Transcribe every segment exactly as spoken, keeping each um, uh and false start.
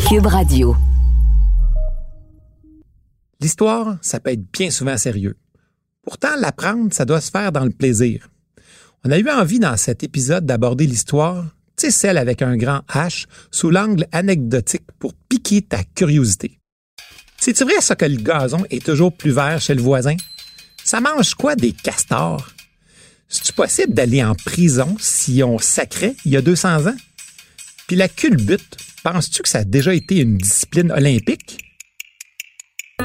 Cube Radio. L'histoire, ça peut être bien souvent sérieux. Pourtant, l'apprendre, ça doit se faire dans le plaisir. On a eu envie dans cet épisode d'aborder l'histoire, tu sais, celle avec un grand H, sous l'angle anecdotique pour piquer ta curiosité. C'est-tu vrai ça que le gazon est toujours plus vert chez le voisin? Ça mange quoi des castors? C'est-tu possible d'aller en prison si on sacrait il y a deux cents ans? Puis la culbute, penses-tu que ça a déjà été une discipline olympique? Tu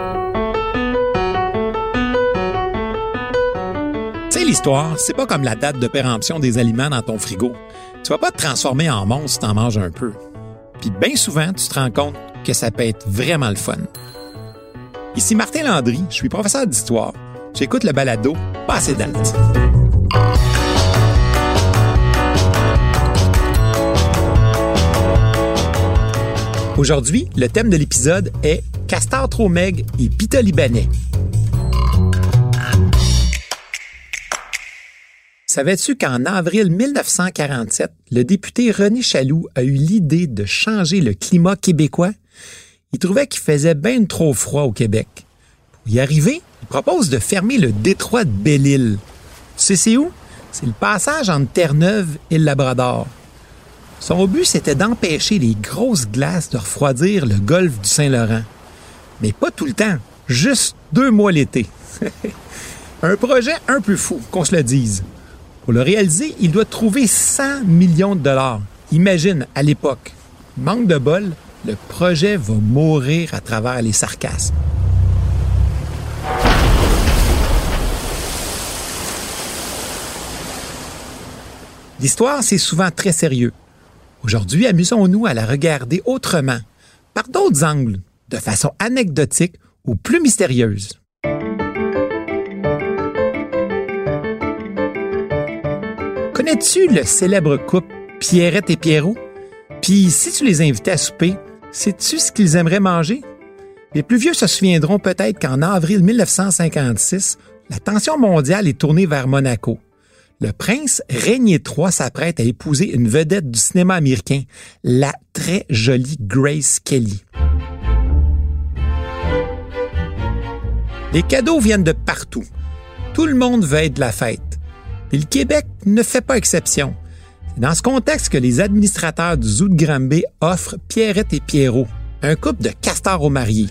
sais, l'histoire, c'est pas comme la date de péremption des aliments dans ton frigo. Tu vas pas te transformer en monstre si t'en manges un peu. Puis bien souvent, tu te rends compte que ça peut être vraiment le fun. Ici Martin Landry, je suis professeur d'histoire. J'écoute le balado Passer date. Aujourd'hui, le thème de l'épisode est Castor trop maigre et pita libanais. Savais-tu qu'en avril dix-neuf cent quarante-sept, le député René Chaloux a eu l'idée de changer le climat québécois? Il trouvait qu'il faisait bien trop froid au Québec. Pour y arriver, il propose de fermer le détroit de Belle-Île. Tu sais c'est où? C'est le passage entre Terre-Neuve et le Labrador. Son but, c'était d'empêcher les grosses glaces de refroidir le golfe du Saint-Laurent. Mais pas tout le temps, juste deux mois l'été. Un projet un peu fou, qu'on se le dise. Pour le réaliser, il doit trouver cent millions de dollars. Imagine, à l'époque. Manque de bol, le projet va mourir à travers les sarcasmes. L'histoire, c'est souvent très sérieux. Aujourd'hui, amusons-nous à la regarder autrement, par d'autres angles, de façon anecdotique ou plus mystérieuse. Connais-tu le célèbre couple Pierrette et Pierrot? Puis si tu les invitais à souper, sais-tu ce qu'ils aimeraient manger? Les plus vieux se souviendront peut-être qu'en avril dix-neuf cent cinquante-six, l'attention mondiale est tournée vers Monaco. Le prince Régnier trois s'apprête à épouser une vedette du cinéma américain, la très jolie Grace Kelly. Les cadeaux viennent de partout. Tout le monde veut être de la fête. Et le Québec ne fait pas exception. C'est dans ce contexte que les administrateurs du Zoo de Granby offrent Pierrette et Pierrot, un couple de castors aux mariés.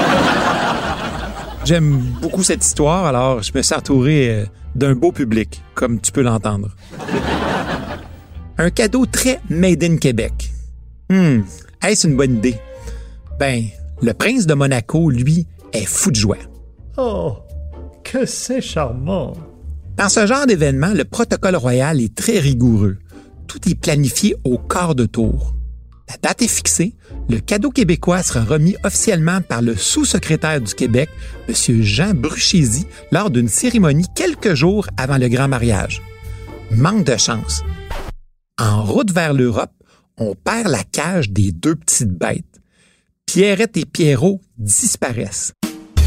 J'aime beaucoup cette histoire, alors je me suis entouré d'un beau public, comme tu peux l'entendre. Un cadeau très made in Québec. Hum, est-ce une bonne idée? Ben, le prince de Monaco, lui, est fou de joie. Oh, que c'est charmant! Dans ce genre d'événement, le protocole royal est très rigoureux. Tout est planifié au quart de tour. La date est fixée. Le cadeau québécois sera remis officiellement par le sous-secrétaire du Québec, M. Jean Bruchézy, lors d'une cérémonie quelques jours avant le grand mariage. Manque de chance. En route vers l'Europe, on perd la cage des deux petites bêtes. Pierrette et Pierrot disparaissent.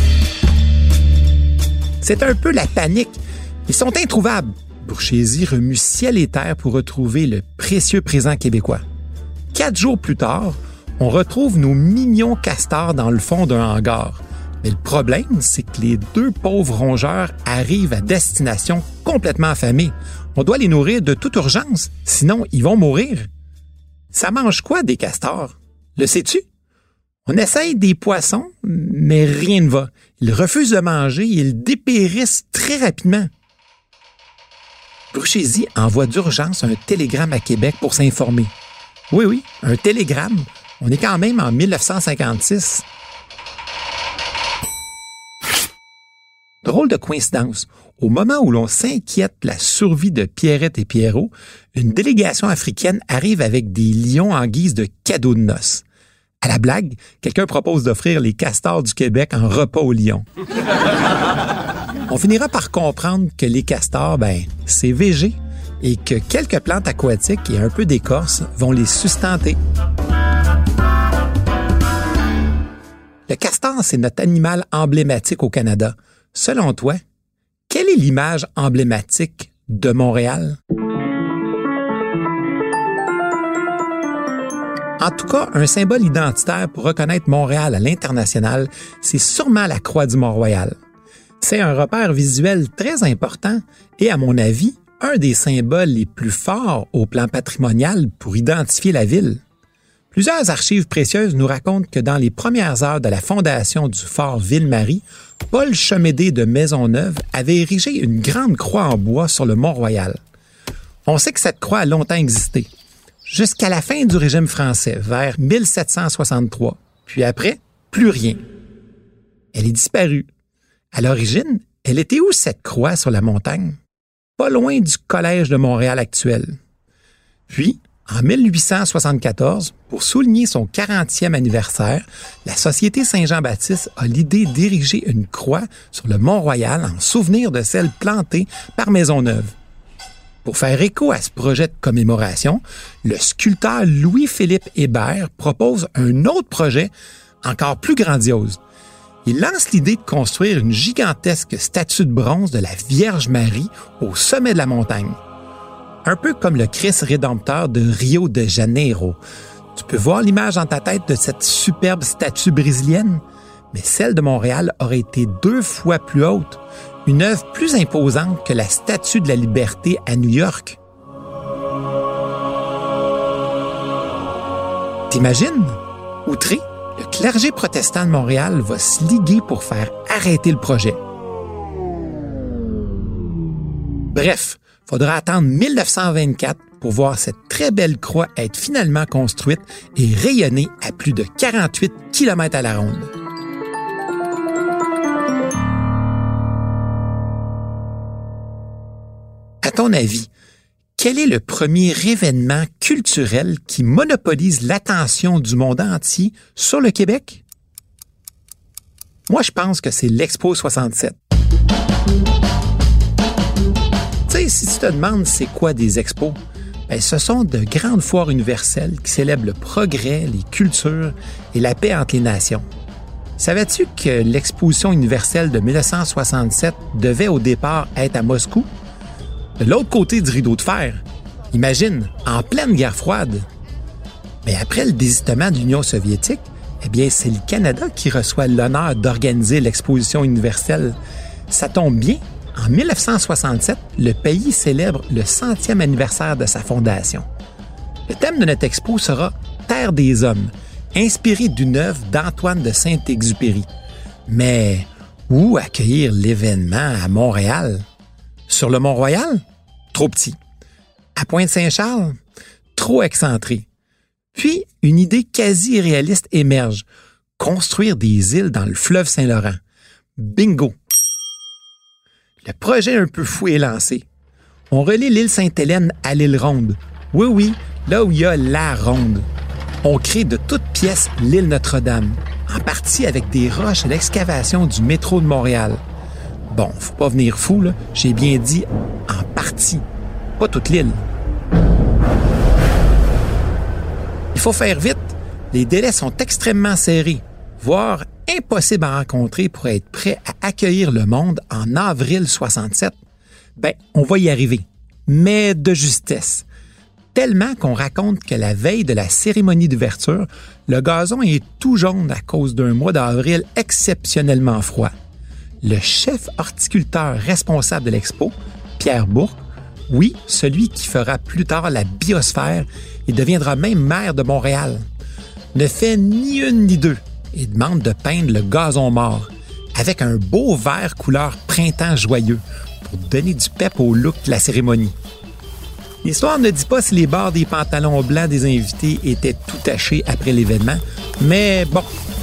C'est un peu la panique. Ils sont introuvables. Bruchézy remue ciel et terre pour retrouver le précieux présent québécois. Quatre jours plus tard, on retrouve nos mignons castors dans le fond d'un hangar. Mais le problème, c'est que les deux pauvres rongeurs arrivent à destination complètement affamés. On doit les nourrir de toute urgence, sinon ils vont mourir. Ça mange quoi des castors? Le sais-tu? On essaye des poissons, mais rien ne va. Ils refusent de manger et ils dépérissent très rapidement. Bruchézy envoie d'urgence un télégramme à Québec pour s'informer. Oui, oui, un télégramme. On est quand même en dix-neuf cent cinquante-six. Drôle de coïncidence. Au moment où l'on s'inquiète de la survie de Pierrette et Pierrot, une délégation africaine arrive avec des lions en guise de cadeaux de noces. À la blague, quelqu'un propose d'offrir les castors du Québec en repas aux lions. On finira par comprendre que les castors, ben, c'est végé et que quelques plantes aquatiques et un peu d'écorce vont les sustenter. Le castor, c'est notre animal emblématique au Canada. Selon toi, quelle est l'image emblématique de Montréal? En tout cas, un symbole identitaire pour reconnaître Montréal à l'international, c'est sûrement la Croix du Mont-Royal. C'est un repère visuel très important et, à mon avis, un des symboles les plus forts au plan patrimonial pour identifier la ville. Plusieurs archives précieuses nous racontent que dans les premières heures de la fondation du fort Ville-Marie, Paul Chemédé de Maisonneuve avait érigé une grande croix en bois sur le Mont-Royal. On sait que cette croix a longtemps existé, jusqu'à la fin du régime français, vers mille sept cent soixante-trois. Puis après, plus rien. Elle est disparue. À l'origine, elle était où cette croix sur la montagne? Pas loin du Collège de Montréal actuel. Puis, en mille huit cent soixante-quatorze, pour souligner son quarantième anniversaire, la Société Saint-Jean-Baptiste a l'idée d'ériger une croix sur le Mont-Royal en souvenir de celle plantée par Maisonneuve. Pour faire écho à ce projet de commémoration, le sculpteur Louis-Philippe Hébert propose un autre projet encore plus grandiose. Il lance l'idée de construire une gigantesque statue de bronze de la Vierge Marie au sommet de la montagne. Un peu comme le Christ rédempteur de Rio de Janeiro. Tu peux voir l'image dans ta tête de cette superbe statue brésilienne, mais celle de Montréal aurait été deux fois plus haute, une œuvre plus imposante que la Statue de la Liberté à New York. T'imagines? Outré, le clergé protestant de Montréal va se liguer pour faire arrêter le projet. Bref, il faudra attendre mille neuf cent vingt-quatre pour voir cette très belle croix être finalement construite et rayonner à plus de quarante-huit kilomètres à la ronde. À ton avis, quel est le premier événement culturel qui monopolise l'attention du monde entier sur le Québec? Moi, je pense que c'est l'Expo soixante-sept. Tu sais, si tu te demandes c'est quoi des expos, ben, ce sont de grandes foires universelles qui célèbrent le progrès, les cultures et la paix entre les nations. Savais-tu que l'exposition universelle de mille neuf cent soixante-sept devait au départ être à Moscou? De l'autre côté du rideau de fer. Imagine, en pleine guerre froide. Mais après le désistement de l'Union soviétique, eh bien, c'est le Canada qui reçoit l'honneur d'organiser l'exposition universelle. Ça tombe bien, en mille neuf cent soixante-sept, le pays célèbre le centième anniversaire de sa fondation. Le thème de notre expo sera « Terre des hommes », inspiré d'une œuvre d'Antoine de Saint-Exupéry. Mais où accueillir l'événement à Montréal? Sur le Mont-Royal? Trop petit. À Pointe-Saint-Charles? Trop excentré. Puis, une idée quasi réaliste émerge. Construire des îles dans le fleuve Saint-Laurent. Bingo! Le projet un peu fou est lancé. On relie l'île Sainte-Hélène à l'île Ronde. Oui, oui, là où il y a la Ronde. On crée de toutes pièces l'île Notre-Dame, en partie avec des roches à l'excavation du métro de Montréal. Bon, faut pas venir fou, là. J'ai bien dit en partie, pas toute l'île. Il faut faire vite. Les délais sont extrêmement serrés, voire impossibles à rencontrer pour être prêt à accueillir le monde en avril soixante-sept. Ben, on va y arriver, mais de justesse. Tellement qu'on raconte que la veille de la cérémonie d'ouverture, le gazon est tout jaune à cause d'un mois d'avril exceptionnellement froid. Le chef horticulteur responsable de l'expo, Pierre Bourque, oui, celui qui fera plus tard la biosphère et deviendra même maire de Montréal, ne fait ni une ni deux et demande de peindre le gazon mort avec un beau vert couleur printemps joyeux pour donner du pep au look de la cérémonie. L'histoire ne dit pas si les bords des pantalons blancs des invités étaient tout tachés après l'événement, mais bon.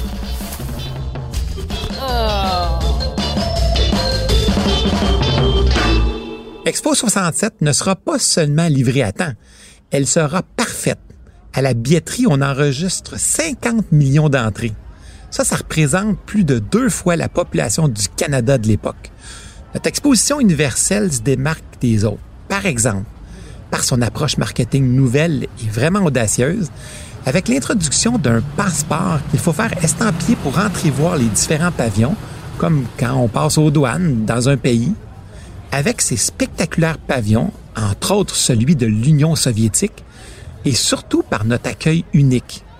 Expo soixante-sept ne sera pas seulement livrée à temps, elle sera parfaite. À la billetterie, on enregistre cinquante millions d'entrées. Ça, ça représente plus de deux fois la population du Canada de l'époque. Notre exposition universelle se démarque des autres. Par exemple, par son approche marketing nouvelle et vraiment audacieuse, avec l'introduction d'un passeport qu'il faut faire estampiller pour entrer voir les différents pavillons, comme quand on passe aux douanes dans un pays. Avec ses spectaculaires pavillons, entre autres celui de l'Union soviétique, et surtout par notre accueil unique.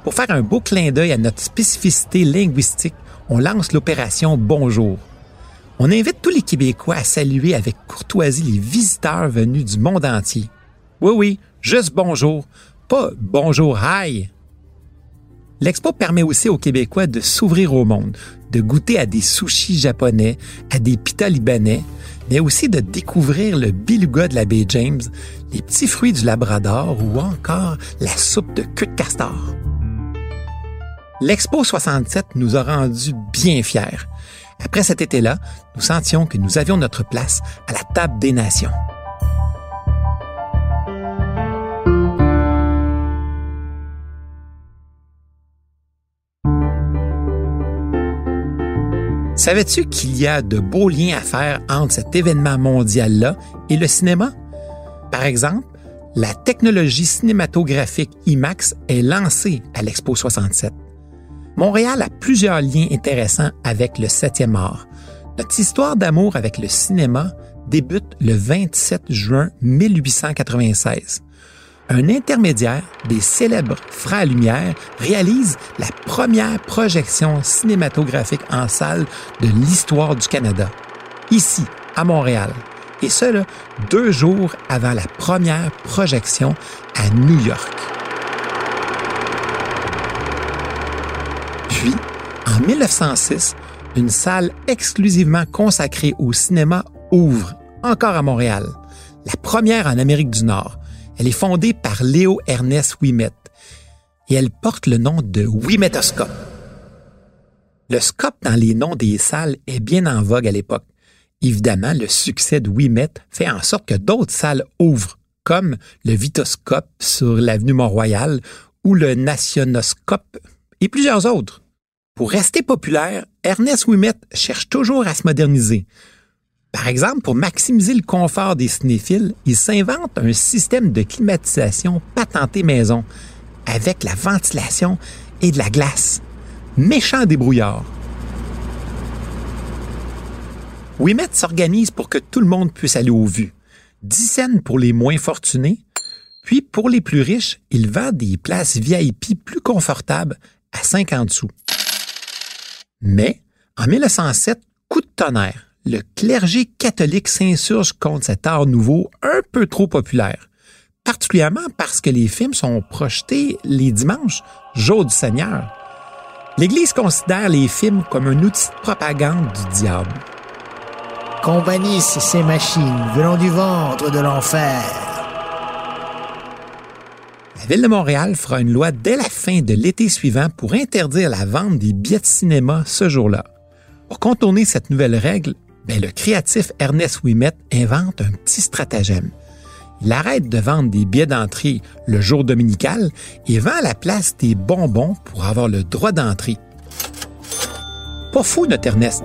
Pour faire un beau clin d'œil à notre spécificité linguistique, on lance l'opération Bonjour. On invite tous les Québécois à saluer avec courtoisie les visiteurs venus du monde entier. Oui, oui, juste bonjour, pas bonjour hi. L'Expo permet aussi aux Québécois de s'ouvrir au monde, de goûter à des sushis japonais, à des pitas libanais, mais aussi de découvrir le beluga de la baie James, les petits fruits du Labrador ou encore la soupe de queue de castor. L'Expo soixante-sept nous a rendus bien fiers. Après cet été-là, nous sentions que nous avions notre place à la table des nations. Savais-tu qu'il y a de beaux liens à faire entre cet événement mondial-là et le cinéma? Par exemple, la technologie cinématographique IMAX est lancée à l'Expo soixante-sept. Montréal a plusieurs liens intéressants avec le septième art. Notre histoire d'amour avec le cinéma débute le vingt-sept juin mille huit cent quatre-vingt-seize. Un intermédiaire des célèbres Frères Lumière réalise la première projection cinématographique en salle de l'histoire du Canada, ici, à Montréal. Et ce, là, deux jours avant la première projection à New York. Puis, en mille neuf cent six, une salle exclusivement consacrée au cinéma ouvre, encore à Montréal, la première en Amérique du Nord. Elle est fondée par Léo Ernest Ouimet et elle porte le nom de Ouimetoscope. Le scope dans les noms des salles est bien en vogue à l'époque. Évidemment, le succès de Ouimet fait en sorte que d'autres salles ouvrent, comme le Vitoscope sur l'avenue Mont-Royal ou le Nationoscope et plusieurs autres. Pour rester populaire, Ernest Ouimet cherche toujours à se moderniser. Par exemple, pour maximiser le confort des cinéphiles, il s'invente un système de climatisation patenté maison, avec la ventilation et de la glace. Méchant débrouillard. Ouimet s'organise pour que tout le monde puisse aller aux vues. dix cents pour les moins fortunés, puis pour les plus riches, il vend des places V I P plus confortables à cinquante sous. Mais, en mille neuf cent sept, coup de tonnerre, le clergé catholique s'insurge contre cet art nouveau un peu trop populaire, particulièrement parce que les films sont projetés les dimanches, jour du Seigneur. L'Église considère les films comme un outil de propagande du diable. Qu'on bannisse ces machines venant du ventre de l'enfer. La Ville de Montréal fera une loi dès la fin de l'été suivant pour interdire la vente des billets de cinéma ce jour-là. Pour contourner cette nouvelle règle, ben, le créatif Ernest Ouimet invente un petit stratagème. Il arrête de vendre des billets d'entrée le jour dominical et vend à la place des bonbons pour avoir le droit d'entrée. Pas fou, notre Ernest.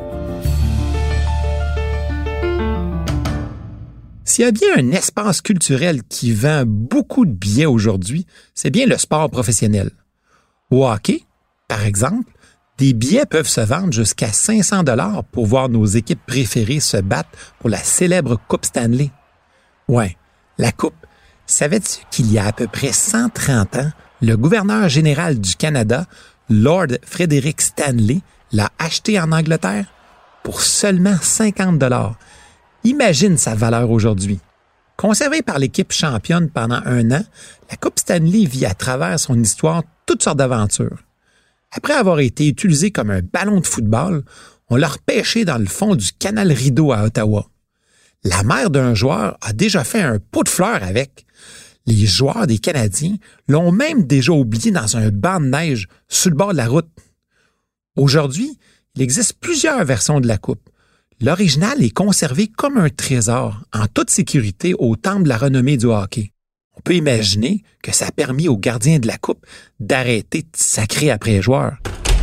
S'il y a bien un espace culturel qui vend beaucoup de billets aujourd'hui, c'est bien le sport professionnel. Au hockey, par exemple, des billets peuvent se vendre jusqu'à cinq cents dollars pour voir nos équipes préférées se battre pour la célèbre Coupe Stanley. Ouais, la Coupe. Savais-tu qu'il y a à peu près cent trente ans, le gouverneur général du Canada, Lord Frederick Stanley, l'a acheté en Angleterre pour seulement cinquante dollars. Imagine sa valeur aujourd'hui. Conservée par l'équipe championne pendant un an, la Coupe Stanley vit à travers son histoire toutes sortes d'aventures. Après avoir été utilisée comme un ballon de football, on l'a repêché dans le fond du canal Rideau à Ottawa. La mère d'un joueur a déjà fait un pot de fleurs avec. Les joueurs des Canadiens l'ont même déjà oublié dans un banc de neige sur le bord de la route. Aujourd'hui, il existe plusieurs versions de la coupe. L'original est conservé comme un trésor, en toute sécurité au temple de la renommée du hockey. On peut imaginer que ça a permis aux gardiens de la coupe d'arrêter de sacrer après les joueurs.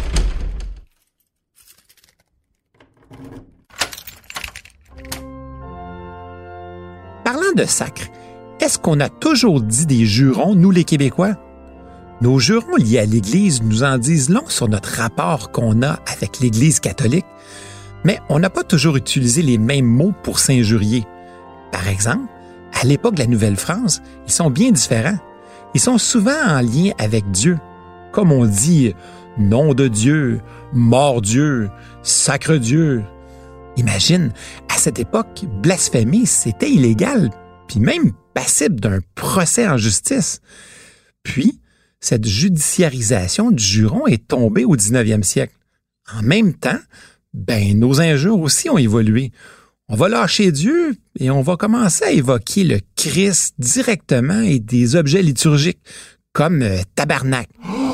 Parlant de sacre, est-ce qu'on a toujours dit des jurons, nous les Québécois? Nos jurons liés à l'Église nous en disent long sur notre rapport qu'on a avec l'Église catholique, mais on n'a pas toujours utilisé les mêmes mots pour s'injurier. Par exemple, à l'époque de la Nouvelle-France, ils sont bien différents. Ils sont souvent en lien avec Dieu. comme on dit « nom de Dieu »,« mort Dieu »,« sacre Dieu ». Imagine, à cette époque, blasphémer, c'était illégal, puis même passible d'un procès en justice. Puis, cette judiciarisation du juron est tombée au dix-neuvième siècle. En même temps, ben, nos injures aussi ont évolué. On va lâcher Dieu et on va commencer à évoquer le Christ directement et des objets liturgiques, comme euh, tabarnak.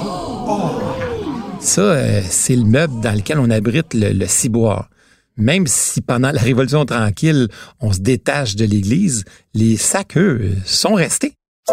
Ça, euh, c'est le meuble dans lequel on abrite le, le ciboire. Même si pendant la Révolution tranquille, on se détache de l'Église, les sacs, eux, sont restés.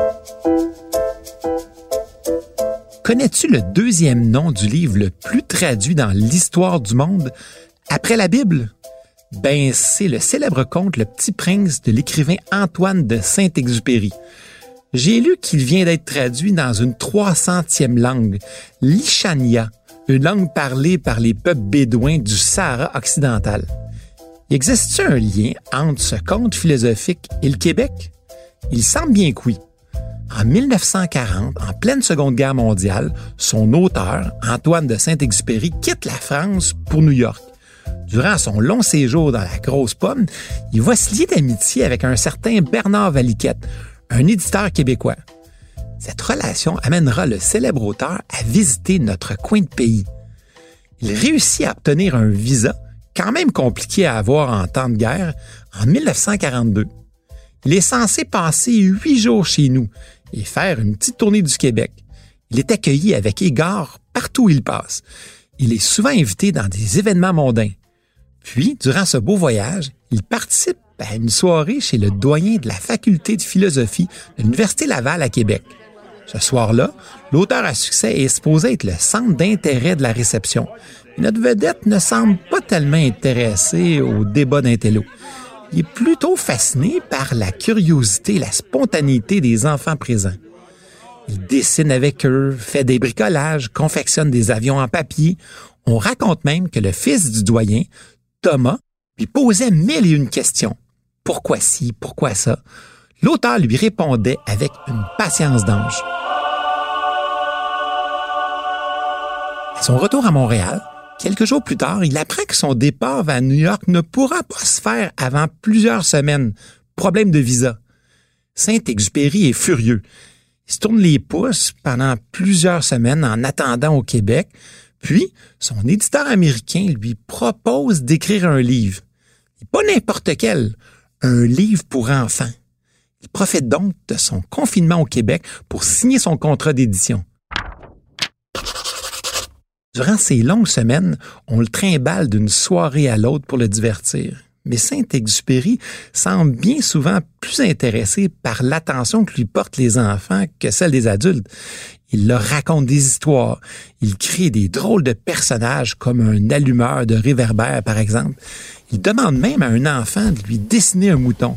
Connais-tu le deuxième nom du livre le plus traduit dans l'histoire du monde après la Bible? Ben, c'est le célèbre conte Le Petit Prince de l'écrivain Antoine de Saint-Exupéry. J'ai lu qu'il vient d'être traduit dans une trois centième langue, l'Ishania, une langue parlée par les peuples bédouins du Sahara occidental. Existe-t-il un lien entre ce conte philosophique et le Québec? Il semble bien que oui. En mille neuf cent quarante, en pleine Seconde Guerre mondiale, son auteur, Antoine de Saint-Exupéry, quitte la France pour New York. Durant son long séjour dans la Grosse Pomme, il va se lier d'amitié avec un certain Bernard Valiquette, un éditeur québécois. Cette relation amènera le célèbre auteur à visiter notre coin de pays. Il réussit à obtenir un visa, quand même compliqué à avoir en temps de guerre, en mille neuf cent quarante-deux. Il est censé passer huit jours chez nous et faire une petite tournée du Québec. Il est accueilli avec égard partout où il passe. Il est souvent invité dans des événements mondains. Puis, durant ce beau voyage, il participe à une soirée chez le doyen de la faculté de philosophie de l'Université Laval à Québec. Ce soir-là, l'auteur à succès est supposé être le centre d'intérêt de la réception. Et notre vedette ne semble pas tellement intéressé au débat d'intello. Il est plutôt fasciné par la curiosité et la spontanéité des enfants présents. Il dessine avec eux, fait des bricolages, confectionne des avions en papier. On raconte même que le fils du doyen, Thomas, lui posait mille et une questions. Pourquoi ci, pourquoi ça? L'auteur lui répondait avec une patience d'ange. À son retour à Montréal, quelques jours plus tard, il apprend que son départ vers New York ne pourra pas se faire avant plusieurs semaines. Problème de visa. Saint-Exupéry est furieux. Il se tourne les pouces pendant plusieurs semaines en attendant au Québec. Puis, son éditeur américain lui propose d'écrire un livre. Et pas n'importe quel, un livre pour enfants. Il profite donc de son confinement au Québec pour signer son contrat d'édition. Durant ces longues semaines, on le trimballe d'une soirée à l'autre pour le divertir. Mais Saint-Exupéry semble bien souvent plus intéressé par l'attention que lui portent les enfants que celle des adultes. Il leur raconte des histoires. Il crée des drôles de personnages comme un allumeur de réverbère, par exemple. Il demande même à un enfant de lui dessiner un mouton.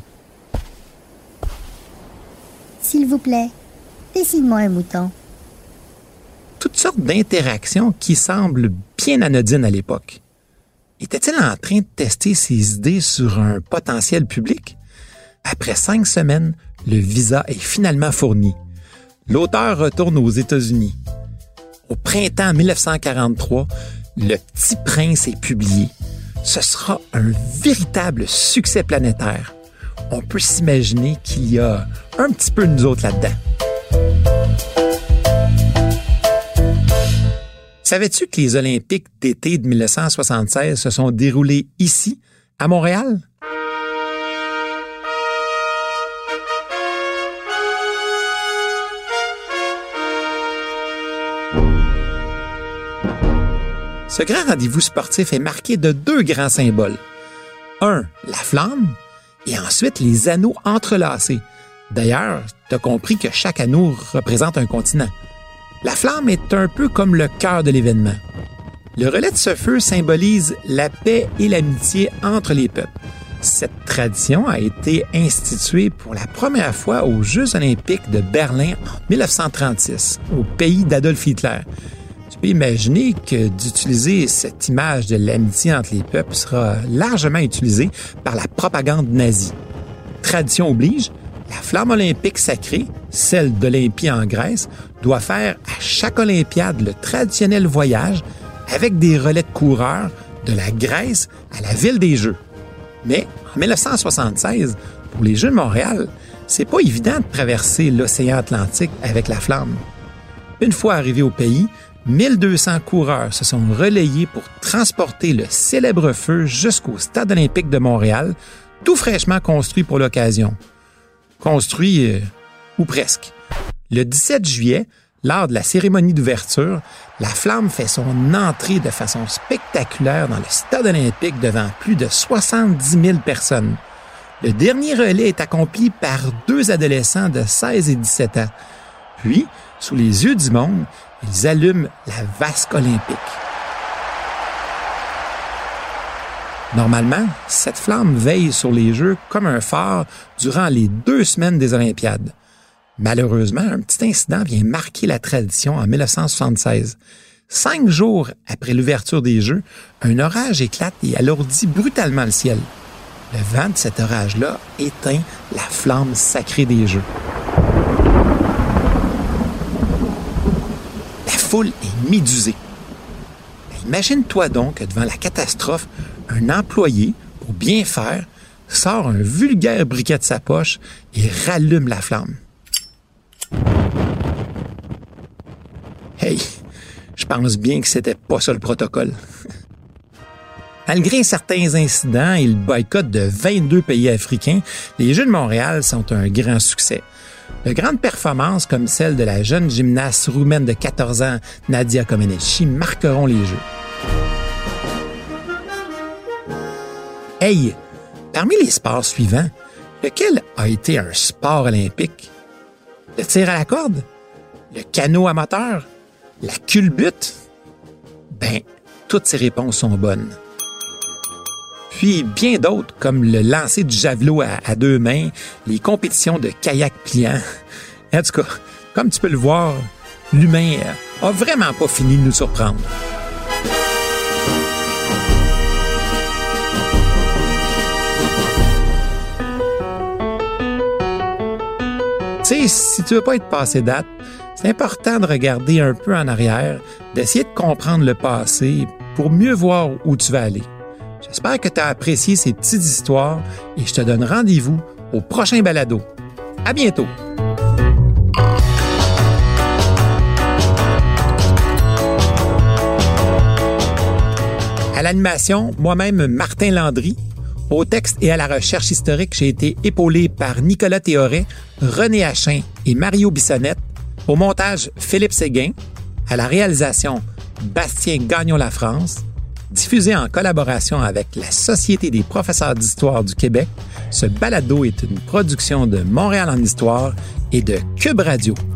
S'il vous plaît, dessine-moi un mouton. Toutes sortes d'interactions qui semblent bien anodines à l'époque. Était-il en train de tester ses idées sur un potentiel public? Après cinq semaines, le visa est finalement fourni. L'auteur retourne aux États-Unis. Au printemps mille neuf cent quarante-trois, Le Petit Prince est publié. Ce sera un véritable succès planétaire. On peut s'imaginer qu'il y a un petit peu de nous autres là-dedans. Savais-tu que les Olympiques d'été de mille neuf cent soixante-seize se sont déroulés ici, à Montréal? Ce grand rendez-vous sportif est marqué de deux grands symboles. Un, la flamme, et ensuite les anneaux entrelacés. D'ailleurs, tu as compris que chaque anneau représente un continent. La flamme est un peu comme le cœur de l'événement. Le relais de ce feu symbolise la paix et l'amitié entre les peuples. Cette tradition a été instituée pour la première fois aux Jeux olympiques de Berlin en mille neuf cent trente-six, au pays d'Adolf Hitler. Tu peux imaginer que d'utiliser cette image de l'amitié entre les peuples sera largement utilisée par la propagande nazie. Tradition oblige, la flamme olympique sacrée celle d'Olympie en Grèce, doit faire à chaque Olympiade le traditionnel voyage avec des relais de coureurs de la Grèce à la ville des Jeux. Mais en dix-neuf cent soixante-seize, pour les Jeux de Montréal, c'est pas évident de traverser l'océan Atlantique avec la Flamme. Une fois arrivés au pays, mille deux cents coureurs se sont relayés pour transporter le célèbre feu jusqu'au Stade olympique de Montréal, tout fraîchement construit pour l'occasion. Construit, euh, ou presque. Le dix-sept juillet, lors de la cérémonie d'ouverture, la Flamme fait son entrée de façon spectaculaire dans le Stade olympique devant plus de soixante-dix mille personnes. Le dernier relais est accompli par deux adolescents de seize et dix-sept ans. Puis, sous les yeux du monde, ils allument la vasque olympique. Normalement, cette flamme veille sur les Jeux comme un phare durant les deux semaines des Olympiades. Malheureusement, un petit incident vient marquer la tradition en dix-neuf cent soixante-seize. Cinq jours après l'ouverture des Jeux, un orage éclate et alourdit brutalement le ciel. Le vent de cet orage-là éteint la flamme sacrée des Jeux. La foule est médusée. Imagine-toi donc que devant la catastrophe, un employé, pour bien faire, sort un vulgaire briquet de sa poche et rallume la flamme. Hey, je pense bien que c'était pas ça le protocole. Malgré certains incidents et le boycott de vingt-deux pays africains, les Jeux de Montréal sont un grand succès. De grandes performances comme celle de la jeune gymnaste roumaine de quatorze ans, Nadia Comaneci, marqueront les Jeux. Hey, parmi les sports suivants, lequel a été un sport olympique? Le tir à la corde? Le canot amateur? La culbute? Ben, toutes ces réponses sont bonnes. Puis bien d'autres, comme le lancer du javelot à, à deux mains, les compétitions de kayak pliant. En tout cas, comme tu peux le voir, l'humain a vraiment pas fini de nous surprendre. Tu sais, si tu veux pas être passé date, c'est important de regarder un peu en arrière, d'essayer de comprendre le passé pour mieux voir où tu vas aller. J'espère que tu as apprécié ces petites histoires et je te donne rendez-vous au prochain balado. À bientôt! À l'animation, moi-même, Martin Landry. Au texte et à la recherche historique, j'ai été épaulé par Nicolas Théoret, René Achin et Mario Bissonnette. Au montage, Philippe Séguin. À la réalisation, Bastien Gagnon-Lafrance. Diffusé en collaboration avec la Société des professeurs d'histoire du Québec, ce balado est une production de Montréal en histoire et de Cube Radio.